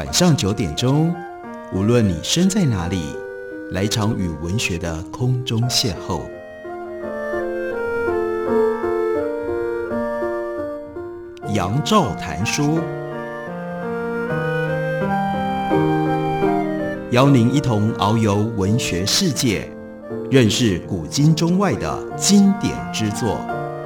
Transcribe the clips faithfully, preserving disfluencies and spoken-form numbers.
晚上九点钟，无论你身在哪里，来一场与文学的空中邂逅。杨照谈书，邀您一同遨游文学世界，认识古今中外的经典之作。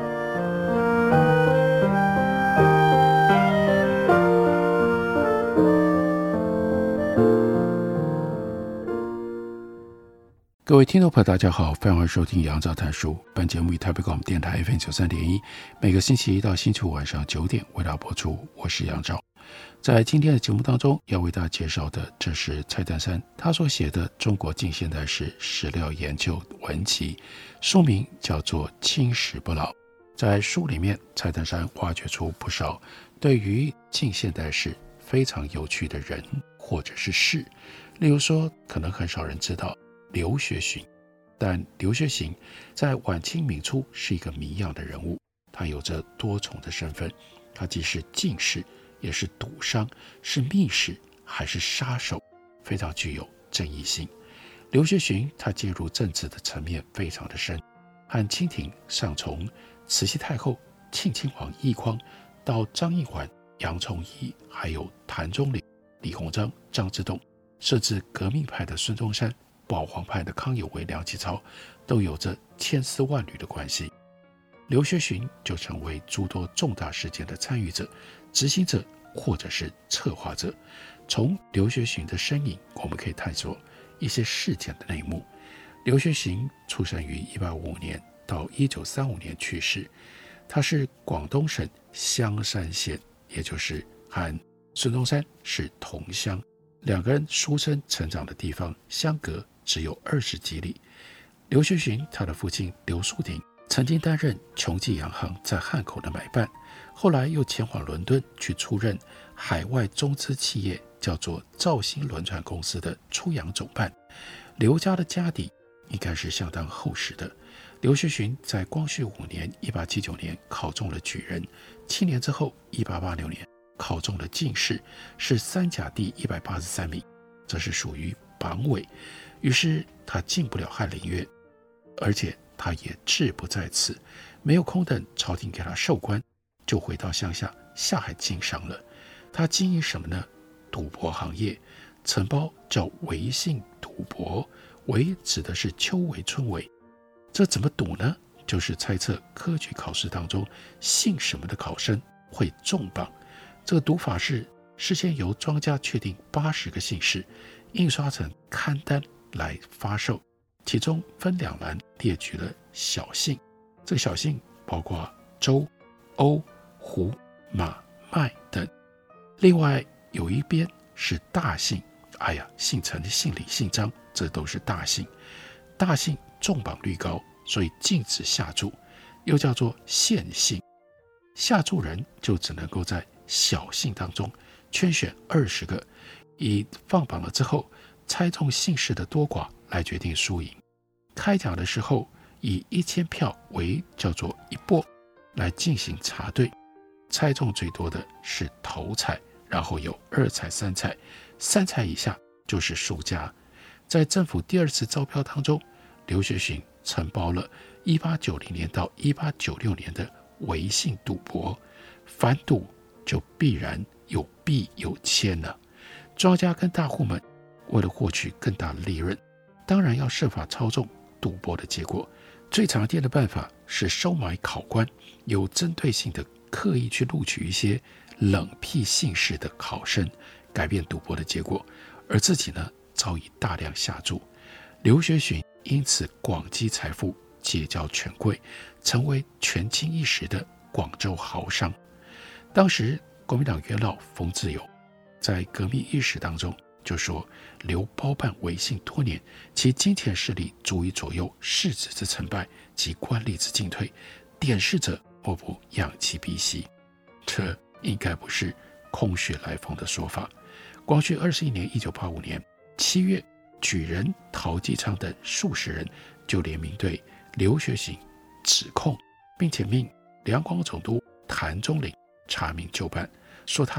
各位听众朋友大家好，欢迎收听杨照谈书。本节目以台北广播电台 F M 九十三点一，每个星期一到星期五晚上九点为大家播出。我是杨照。在今天的节目当中，要为大家介绍的，这是蔡丹山他所写的《中国近现代史史料研究文集》，书名叫做《青史不老》。在书里面，蔡丹山挖掘出不少对于近现代史非常有趣的人或者是事。例如说，可能很少人知道刘学询，但刘学询在晚清明初是一个谜样的人物，他有着多重的身份，他既是进士，也是赌商，是密使，还是杀手，非常具有争议性。刘学询他介入政治的层面非常的深，和清廷上从慈禧太后、庆亲王奕匡到张应环、杨崇仪，还有谭宗麟、李鸿章、张之洞，甚至革命派的孙中山、保皇派的康有为、梁启超，都有着千丝万缕的关系。刘学询就成为诸多重大事件的参与者、执行者或者是策划者。从刘学询的身影，我们可以探索一些事件的内幕。刘学询出生于一八五五年到一九三五年去世，他是广东省香山县，也就是和孙中山是同乡，两个人出生成长的地方相隔只有二十几里。刘学询他的父亲刘树庭曾经担任琼记洋行在汉口的买办，后来又前往伦敦去出任海外中资企业叫做兆兴轮船公司的出洋总办。刘家的家底应该是相当厚实的。刘学询在光绪五年一八七九年考中了举人，七年之后一八八六年考中了进士，是三甲第一百八十三名，这是属于榜尾。于是他进不了翰林院，而且他也志不在此，没有空等朝廷给他授官，就回到乡下下海经商了。他经营什么呢？赌博行业，承包叫维姓赌博，维指的是秋闱春闱。这怎么赌呢？就是猜测科举考试当中姓什么的考生会中榜。这个赌法是事先由庄家确定八十个姓氏，印刷成刊单来发售，其中分两栏列举了小姓，这个小姓包括周、欧、胡、马、麦等。另外有一边是大姓，哎呀，姓陈、姓李、姓张，这都是大姓。大姓中榜率高，所以禁止下注，又叫做限姓。下注人就只能够在小姓当中圈选二十个，以放榜了之后猜中姓氏的多寡来决定输赢。开奖的时候以一千票为叫做一拨来进行查对，猜中最多的是头彩，然后有二彩、三彩，三彩以下就是输家。在政府第二次招标当中，刘学询承包了一八九零年到一八九六年的维姓赌博，反赌就必然有弊有牵了。庄家跟大户们为了获取更大的利润，当然要设法操纵赌博的结果。最常见的办法是收买考官，有针对性的刻意去录取一些冷僻姓氏的考生，改变赌博的结果，而自己呢早已大量下注。刘学询因此广积财富，结交权贵，成为权倾一时的广州豪商。当时国民党元老冯自由在革命伊始当中就说，刘包办维姓多年，其金钱势力足以左右世子之成败及官吏之进退，点事者莫不仰其鼻息。这应该不是空穴来风的说法。光绪二十一年一九八五年七月，举人陶继昌等数十人就联名对刘学询指控，并且命两广总督谭宗麟查明就办，说他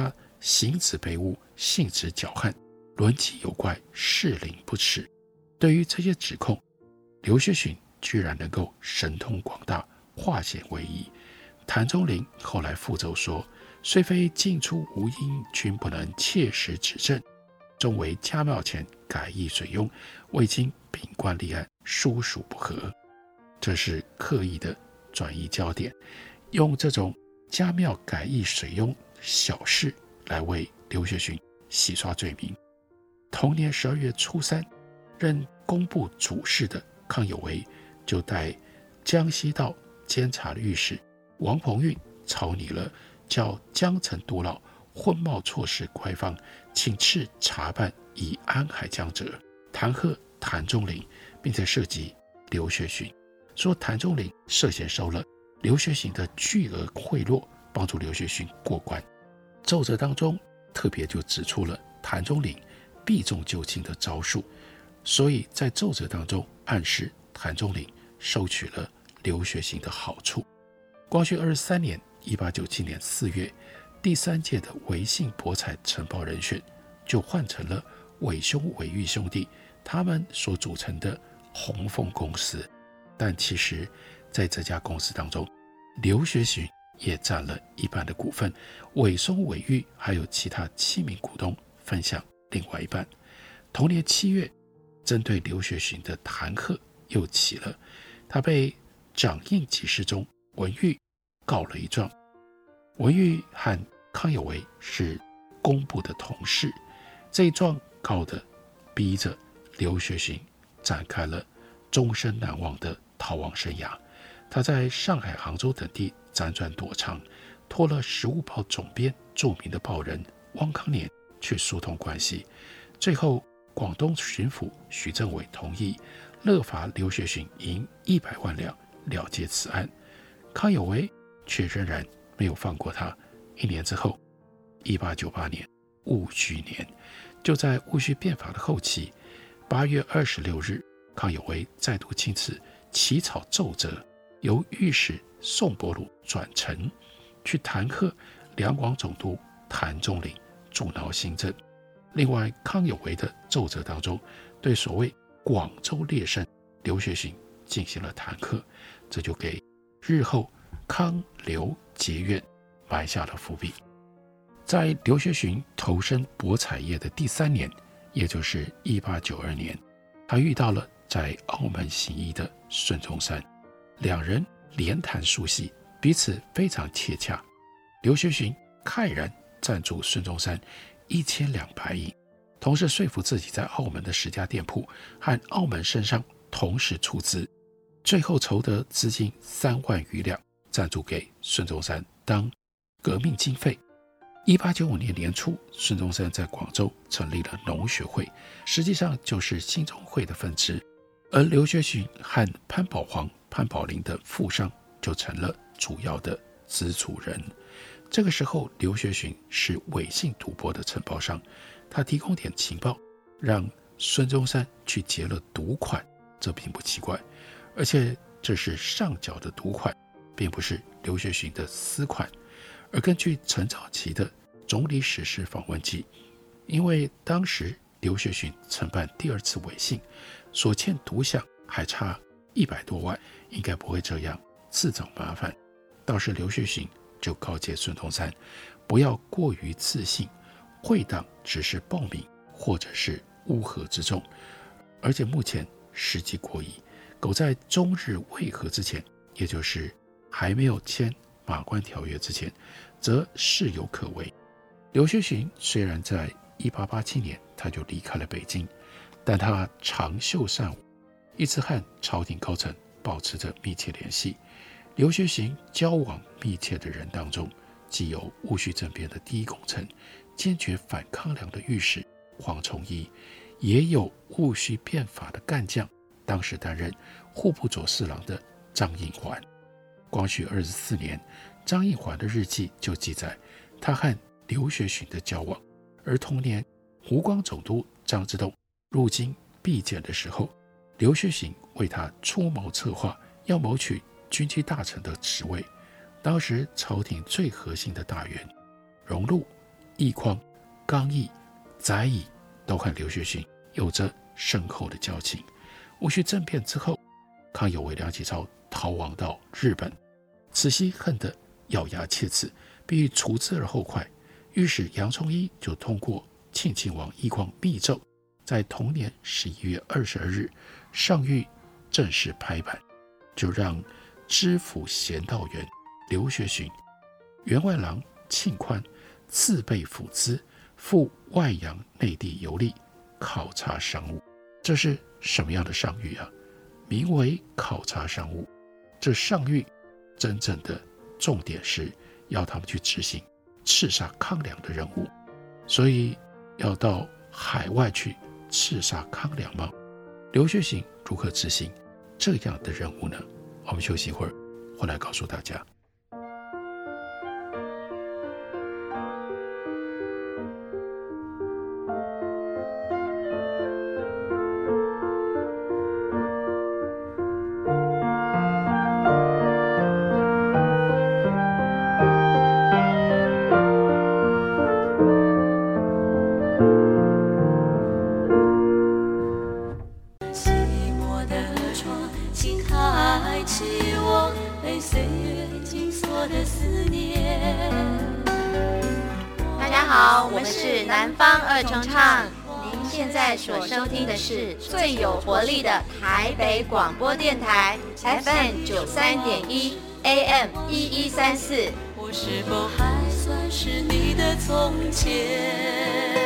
行止卑污，性质骄悍，伦纪有怪，适龄不耻。对于这些指控，刘学询居然能够神通广大，化险为夷。谭宗麟后来复奏说，虽非进出无因，均不能切实指证，终为家庙前改易水庸，未经秉官立案，殊属不合。这是刻意的转移焦点，用这种家庙改易水庸小事来为刘学询洗刷罪名。同年十二月初三，任工部主事的康有为就带江西道监察御史王鹏运草拟了叫江城督老混冒错事乖方，请斥查办以安海江者，弹劾谭宗麟，并且涉及刘学询，说谭宗麟涉嫌收了刘学询的巨额贿赂，帮助刘学询过关。奏折当中特别就指出了谭宗麟避重就轻的招数，所以在奏折当中暗示谭宗麟收取了刘学询的好处。光绪二十三年一八九七年四月，第三届的韦姓博彩承包人选就换成了韦兄韦玉兄弟他们所组成的鸿丰公司。但其实在这家公司当中，刘学询也占了一半的股份，韦松韦玉还有其他七名股东分享另外一半。同年七月，针对刘学询的弹劾又起了，他被掌印给事中文玉告了一状。文玉和康有为是工部的同事，这一状告的逼着刘学询展开了终身难忘的逃亡生涯。他在上海、杭州等地辗转躲藏，托了《时务报》总编著名的报人汪康年去疏通关系。最后，广东巡抚徐政委同意勒罚刘学询银一百万两了结此案，康有为却仍然没有放过他。一年之后，一八九八年戊戌年，就在戊戌变法的后期，八月二十六日，康有为再度亲自起草奏折，由御史宋伯儒转呈，去弹劾两广总督谭宗麟阻挠新政。另外，康有为的奏折当中，对所谓广州劣绅刘学询进行了弹劾，这就给日后康刘结怨埋下了伏笔。在刘学询投身博彩业的第三年，也就是一八九二年，他遇到了在澳门行医的孙中山，两人连谈数戏，彼此非常契洽。刘学询慨然赞助孙中山一千两白银，同时说服自己在澳门的十家店铺和澳门绅商同时出资，最后筹得资金三万余两，赞助给孙中山当革命经费。一八九五年年初，孙中山在广州成立了农学会，实际上就是兴中会的分支，而刘学询和潘宝煌、潘宝林的富商就成了主要的资主人。这个时候，刘学询是伪姓赌博的承包商，他提供点情报，让孙中山去结了赌款，这并不奇怪，而且这是上缴的赌款，并不是刘学询的私款。而根据陈藻奇的总理史实访问记，因为当时刘学询承办第二次伪姓，所欠赌饷还差一百多万，应该不会这样自找麻烦。倒是刘学询就告诫孙中山不要过于自信，会当只是报名或者是乌合之众，而且目前时机过矣，苟在中日会合之前，也就是还没有签马关条约之前，则事有可为。刘学询虽然在一八八七年他就离开了北京，但他长袖善舞，一直和朝廷高层保持着密切联系。刘学询交往密切的人当中，既有戊戌政变的第一功臣，坚决反康梁的御史黄崇义，也有戊戌变法的干将，当时担任户部左侍郎的张应环。光绪二十四年，张应环的日记就记载他和刘学询的交往。而同年，湖广总督张之洞入京避见的时候，刘学询为他出谋策划，要谋取军机大臣的职位。当时朝廷最核心的大员荣禄奕匡、刚毅、载乙都和刘学询有着深厚的交情。戊戌政变之后，康有为、梁启超逃亡到日本，慈禧恨得咬牙切齿，必须除之而后快。御史杨崇一就通过庆亲王奕匡密奏，在同年十一月二十二日上谕正式拍板，就让知府咸道员刘学询、员外郎庆宽自备府资，赴外洋内地游历，考察商务。这是什么样的上谕啊？名为考察商务。这上谕真正的重点是要他们去执行刺杀康梁的任务。所以要到海外去刺杀康梁吗？刘学询如何执行这样的任务呢？我们休息一会儿，回来告诉大家。 南方二重唱，您现在所收听的是最有活力的台北广播电台 F M 九三点一 A M 一一三四。我是否还算是你的从前？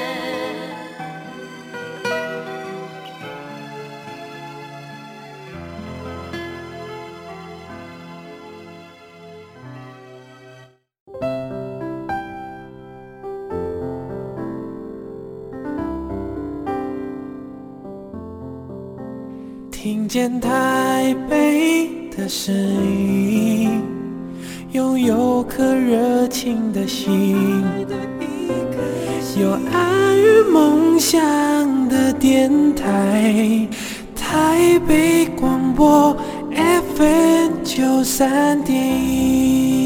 听见台北的声音，拥有颗热情的心，有爱与梦想的电台，台北广播 F M 九三点一。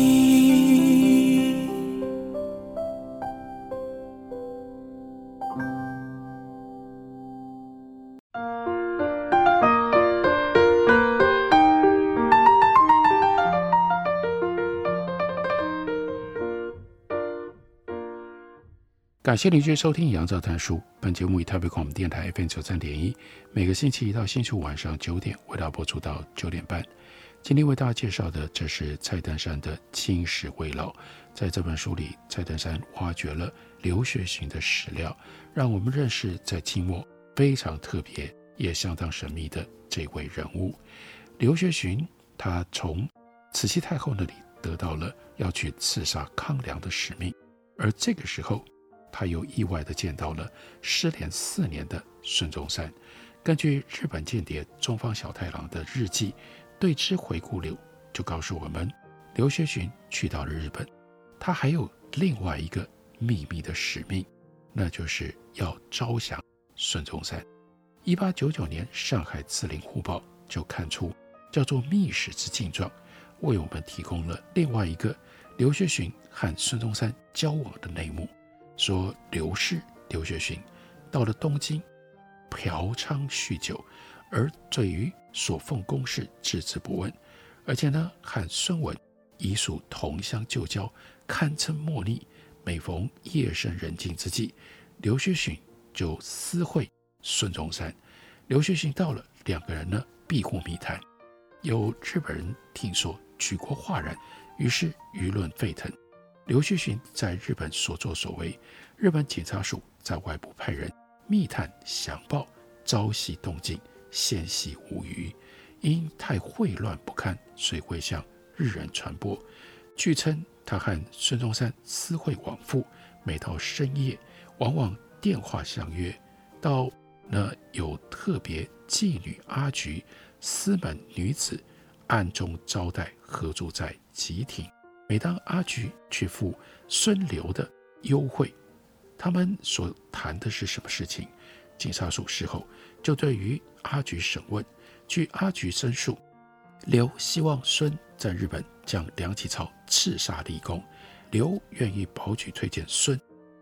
感谢您继续收听杨照谈书，本节目以台北广播电台 F M 九三点一，每个星期一到星期五晚上九点为大家播出到九点半。今天为大家介绍的，这是蔡登山的《青史未老》。在这本书里，蔡登山挖掘了刘学询的史料，让我们认识在清末非常特别也相当神秘的这位人物。刘学询他从慈禧太后那里得到了要去刺杀康梁的使命，而这个时候他又意外地见到了失联四年的孙中山。根据日本间谍中方小太郎的日记对之回顾录就告诉我们，刘学询去到了日本，他还有另外一个秘密的使命，那就是要招降孙中山。一八九九年上海字林互报就看出叫做密使之境状，为我们提供了另外一个刘学询和孙中山交往的内幕。说刘氏刘学询到了东京嫖娼酗酒，而对于所奉公事置之不问，而且呢和孙文已属同乡旧交，堪称莫逆。每逢夜深人静之际，刘学询就私会孙中山。刘学询到了，两个人呢避户密谈，有日本人听说举国哗然，于是舆论沸腾。刘学询在日本所作所为，日本警察署在外部派人密探详报，朝夕动静，纤细无余。因太混乱不堪，所以会向日人传播。据称他和孙中山私会往复，每到深夜往往电话相约，到呢有特别妓女阿菊私门女子暗中招待合住在吉亭。每当阿菊去赴孙刘的幽会，他们所谈的是什么事情？警察署事后就对于阿菊审问。据阿菊申述，刘希望孙在日本将梁启超刺杀立功，刘愿意保举推荐孙，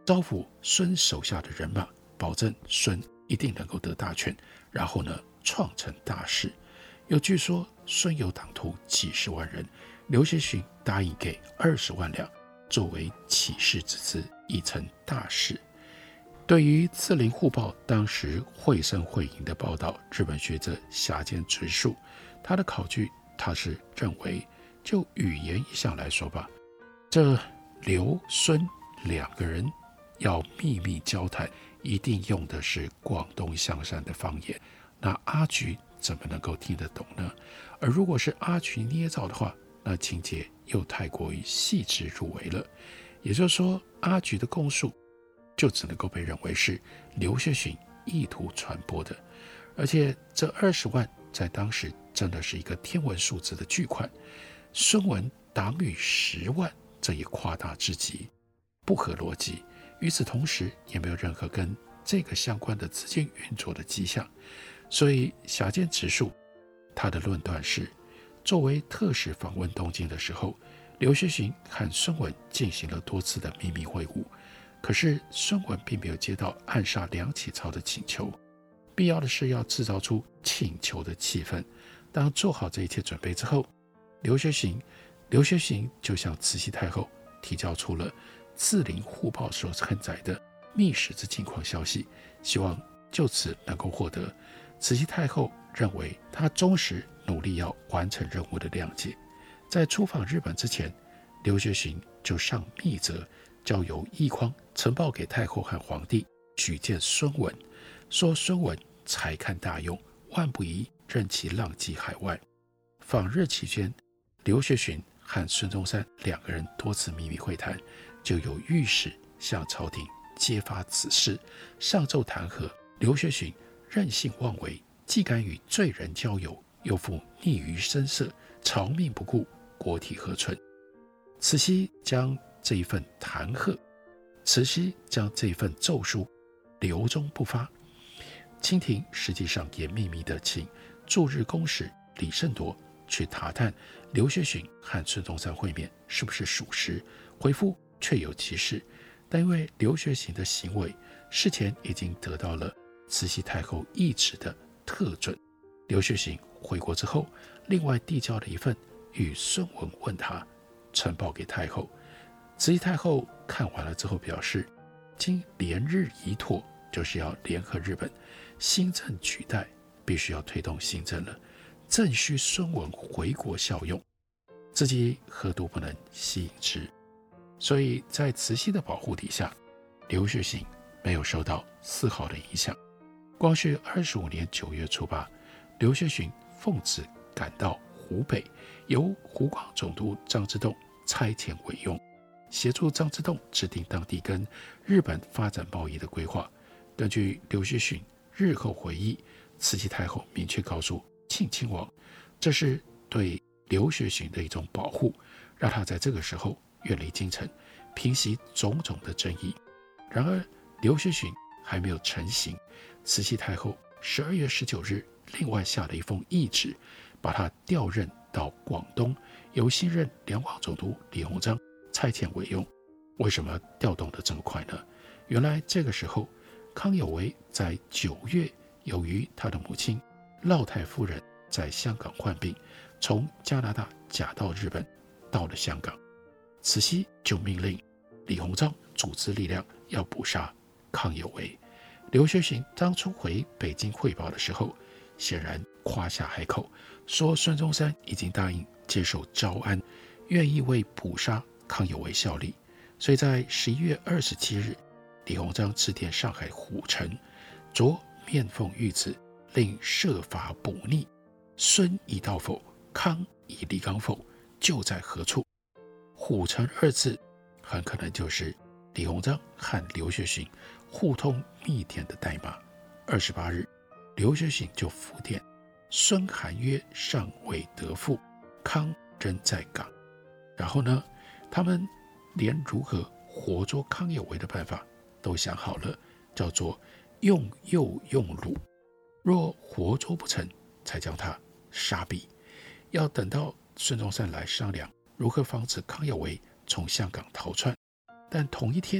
招抚孙手下的人马，保证孙一定能够得大权，然后呢创成大事。又据说孙有党徒几十万人，刘学询答应给二十万两作为起事之资，以成大事。对于字林护报当时绘声绘影的报道，日本学者狭间直述他的考据，他是认为就语言一项来说吧，这刘孙两个人要秘密交谈，一定用的是广东香山的方言，那阿菊怎么能够听得懂呢？而如果是阿菊捏造的话，那情节又太过于细致入微了。也就是说，阿菊的供述就只能够被认为是刘学询意图传播的。而且这二十万在当时真的是一个天文数字的巨款，孙文党羽十万，这也夸大至极，不合逻辑。与此同时，也没有任何跟这个相关的资金运作的迹象。所以狭间直述他的论断是，作为特使访问东京的时候，刘学询和孙文进行了多次的秘密会晤，可是孙文并没有接到暗杀梁启超的请求。必要的是要制造出请求的气氛。当做好这一切准备之后，刘学询刘学询就向慈禧太后提交出了字林护报所承载的密使之近况消息，希望就此能够获得慈禧太后认为他忠实努力要完成任务的谅解。在出访日本之前，刘学询就上密则，交由奕匡呈报给太后和皇帝，举荐孙文，说孙文才看大用，万不宜任其浪迹海外。访日期间，刘学询和孙中山两个人多次秘密会谈，就有御史向朝廷揭发此事，上奏弹劾刘学询任性妄为，既敢与罪人交友，又复逆于声色，朝命不顾，国体何存？慈禧将这一份弹劾，慈禧将这份奏书留中不发。清廷实际上也秘密地请驻日公使李胜铎去查探刘学询和孙中山会面是不是属实，回复确有其事。但因为刘学询的行为事前已经得到了慈禧太后懿旨的特准，刘学询回国之后，另外递交了一份与孙文问答，呈报给太后。慈禧太后看完了之后表示，经联日一妥，就是要联合日本，新政举代必须要推动新政了，正需孙文回国效用，自己何独不能吸引之？所以在慈禧的保护底下，刘学询没有受到丝毫的影响。光绪二十五年九月初八，刘学询奉旨赶到湖北，由湖广总督张之洞差遣委用，协助张之洞制定当地跟日本发展贸易的规划。根据刘学询日后回忆，慈禧太后明确告诉庆亲王，这是对刘学询的一种保护，让他在这个时候远离京城，平息种种的争议。然而刘学询还没有成型，慈禧太后十二月十九日另外下了一封懿旨，把他调任到广东，由新任两广总督李鸿章差遣委用。为什么调动得这么快呢？原来这个时候康有为在九月由于他的母亲嫪太夫人在香港患病，从加拿大假到日本，到了香港，慈禧就命令李鸿章组织力量要捕杀康有为。刘学询当初回北京汇报的时候，显然夸下海口，说孙中山已经答应接受招安，愿意为捕杀康有为效力。所以在十一月二十七日，李鸿章致电上海虎城，着面奉谕旨，令设法捕逆。孙已到否？康已离港否？就在何处？虎城二字很可能就是李鸿章和刘学询互通密电的代码。二十八日，刘学询就复电，孙函约尚未得付，康仍在港。然后呢，他们连如何活捉康有为的办法都想好了，叫做用诱用虏，若活捉不成，才将他杀毙。要等到孙中山来商量如何防止康有为从香港逃窜。但同一天，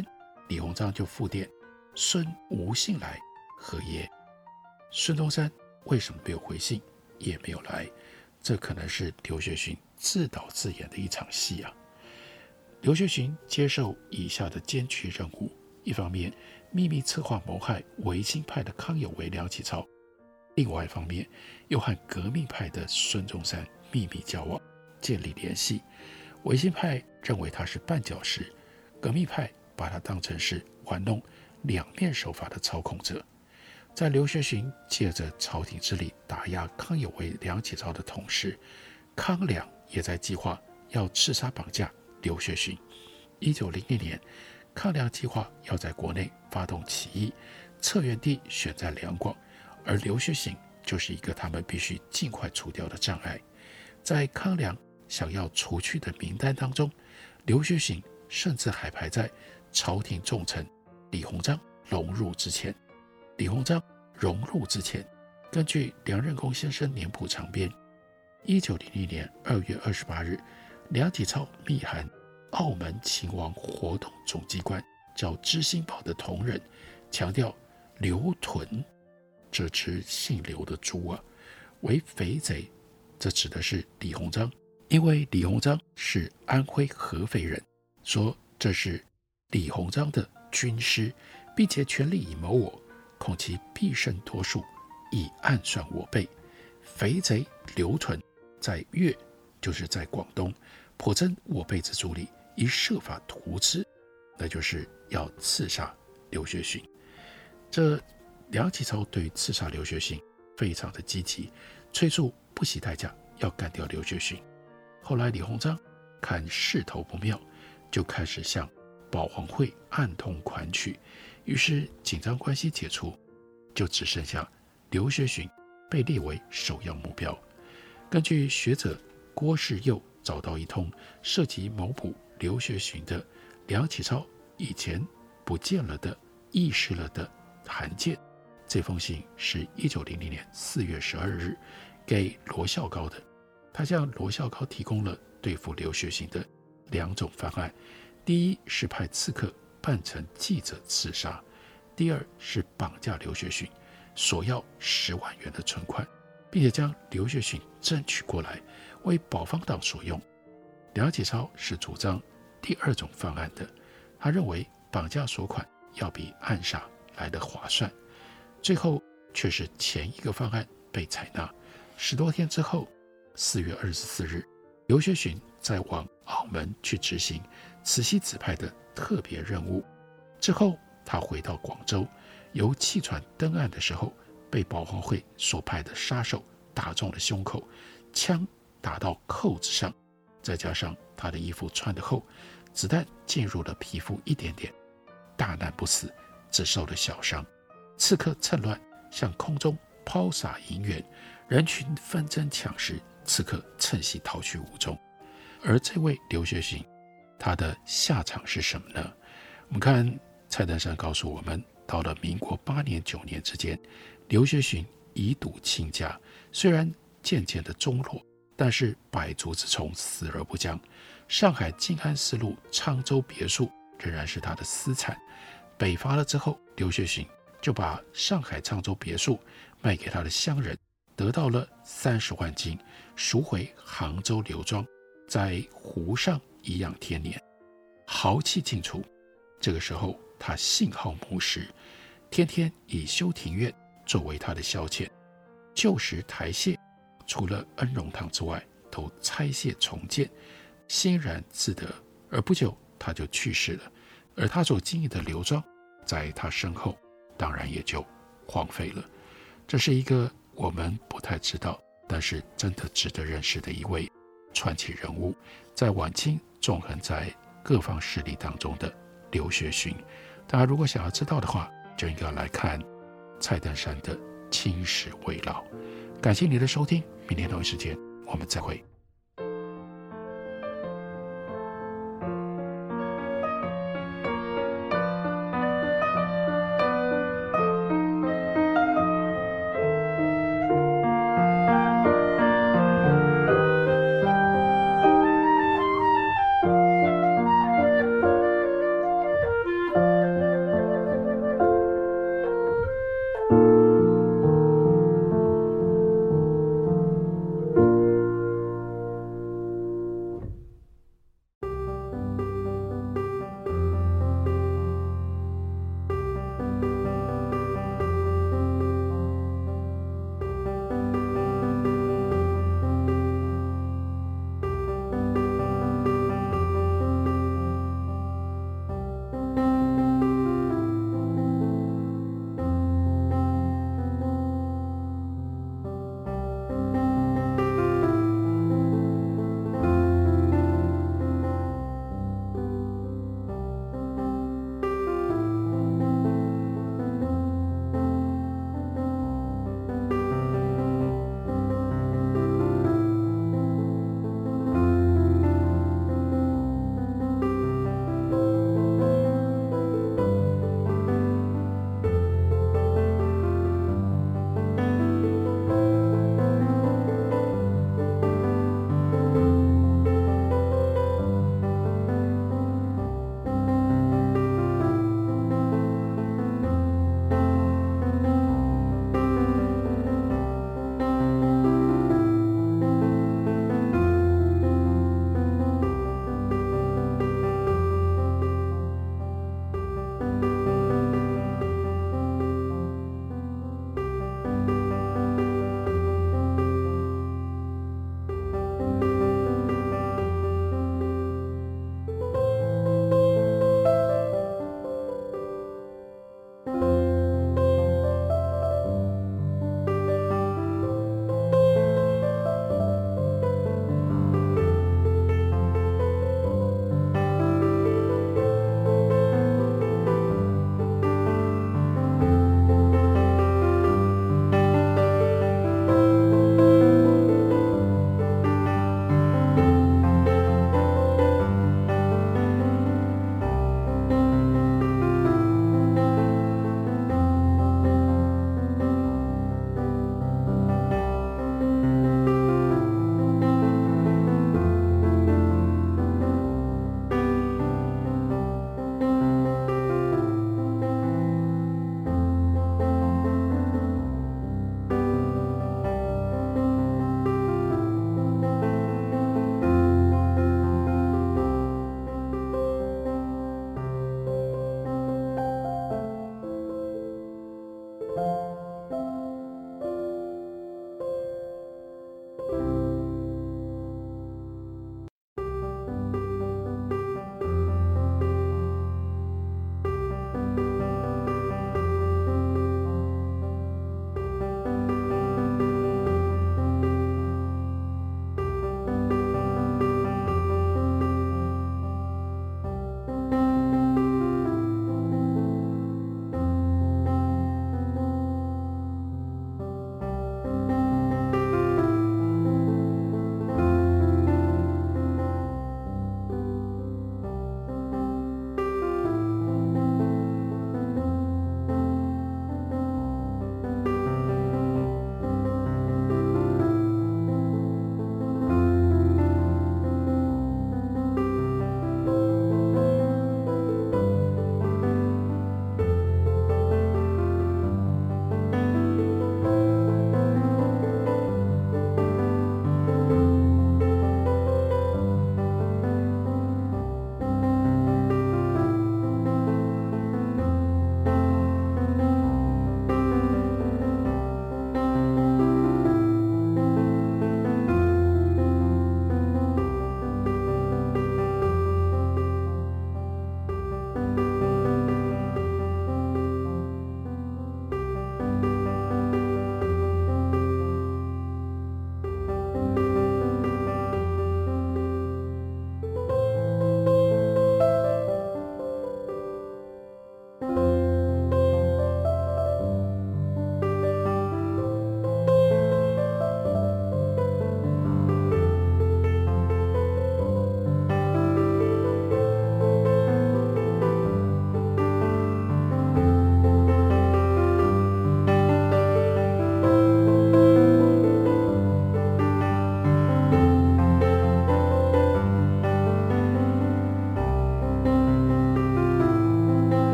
李鸿章就复电孙无信来何耶？孙中山为什么没有回信，也没有来？这可能是刘学询自导自演的一场戏啊！刘学询接受以下的艰巨任务：一方面秘密策划谋害维新派的康有为、梁启超；另外一方面又和革命派的孙中山秘密交往，建立联系。维新派认为他是绊脚石，革命派把他当成是玩弄两面手法的操控者。在刘学询借着朝廷之力打压康有为、梁启超的同时，康梁也在计划要刺杀绑架刘学询。一九零零年，康梁计划要在国内发动起义，策源地选在两广，而刘学询就是一个他们必须尽快除掉的障碍。在康梁想要除去的名单当中，刘学询甚至还排在朝廷重臣李鸿章融入之前。李鸿章融入之前，根据梁任公先生年谱长编，一九零零年二月二十八日，梁启超密函澳门秦王活动总机关叫知兴堡的同仁，强调刘屯这只姓刘的猪啊为肥贼，这指的是李鸿章，因为李鸿章是安徽合肥人，说这是李鸿章的军师，并且全力以谋我，恐其必胜多数，以暗算我辈。肥贼刘屯在粤，就是在广东，颇增我辈之助力，以设法图之，那就是要刺杀刘学询。这梁启超对刺杀刘学询非常的积极，催促不惜代价要干掉刘学询。后来李鸿章看势头不妙，就开始向保皇会暗通款曲，于是紧张关系解除，就只剩下刘学询被列为首要目标。根据学者郭世佑找到一通涉及谋捕刘学询的梁启超以前不见了的、遗失了的函件，这封信是一九零零年四月十二日给罗孝高的。他向罗孝高提供了对付刘学询的两种方案，第一是派刺客扮成记者刺杀，第二是绑架刘学询，索要十万元的存款，并且将刘学询争取过来为保方党所用。梁启超是主张第二种方案的，他认为绑架索款要比暗杀来得划算，最后却是前一个方案被采纳。十多天之后，四月二十四日，刘学询再往澳门去执行慈禧指派的特别任务。之后他回到广州，由汽船登岸的时候，被保皇会所派的杀手打中了胸口，枪打到扣子上，再加上他的衣服穿得厚，子弹进入了皮肤一点点，大难不死，只受了小伤。刺客趁乱向空中抛洒银元，人群纷争抢食，刺客趁隙逃去无踪。而这位刘学询，他的下场是什么呢？我们看蔡登山告诉我们，到了民国八年九年之间，刘学询以赌倾家，虽然渐渐的中落，但是百足之虫，死而不僵。上海静安寺路沧州别墅仍然是他的私产。北伐了之后，刘学询就把上海沧州别墅卖给他的乡人，得到了三十万金，赎回杭州刘庄，在湖上颐养天年，豪气尽除。这个时候他信号牧师，天天以修庭院作为他的消遣。旧时台榭除了恩荣堂之外，都拆卸重建，欣然自得。而不久他就去世了，而他所经营的刘庄在他身后当然也就荒废了。这是一个我们不太知道，但是真的值得认识的一位传奇人物，在晚清纵横在各方势力当中的刘学询。大家如果想要知道的话，就应该来看蔡登山的青史未老。感谢你的收听，明天同一时间我们再会。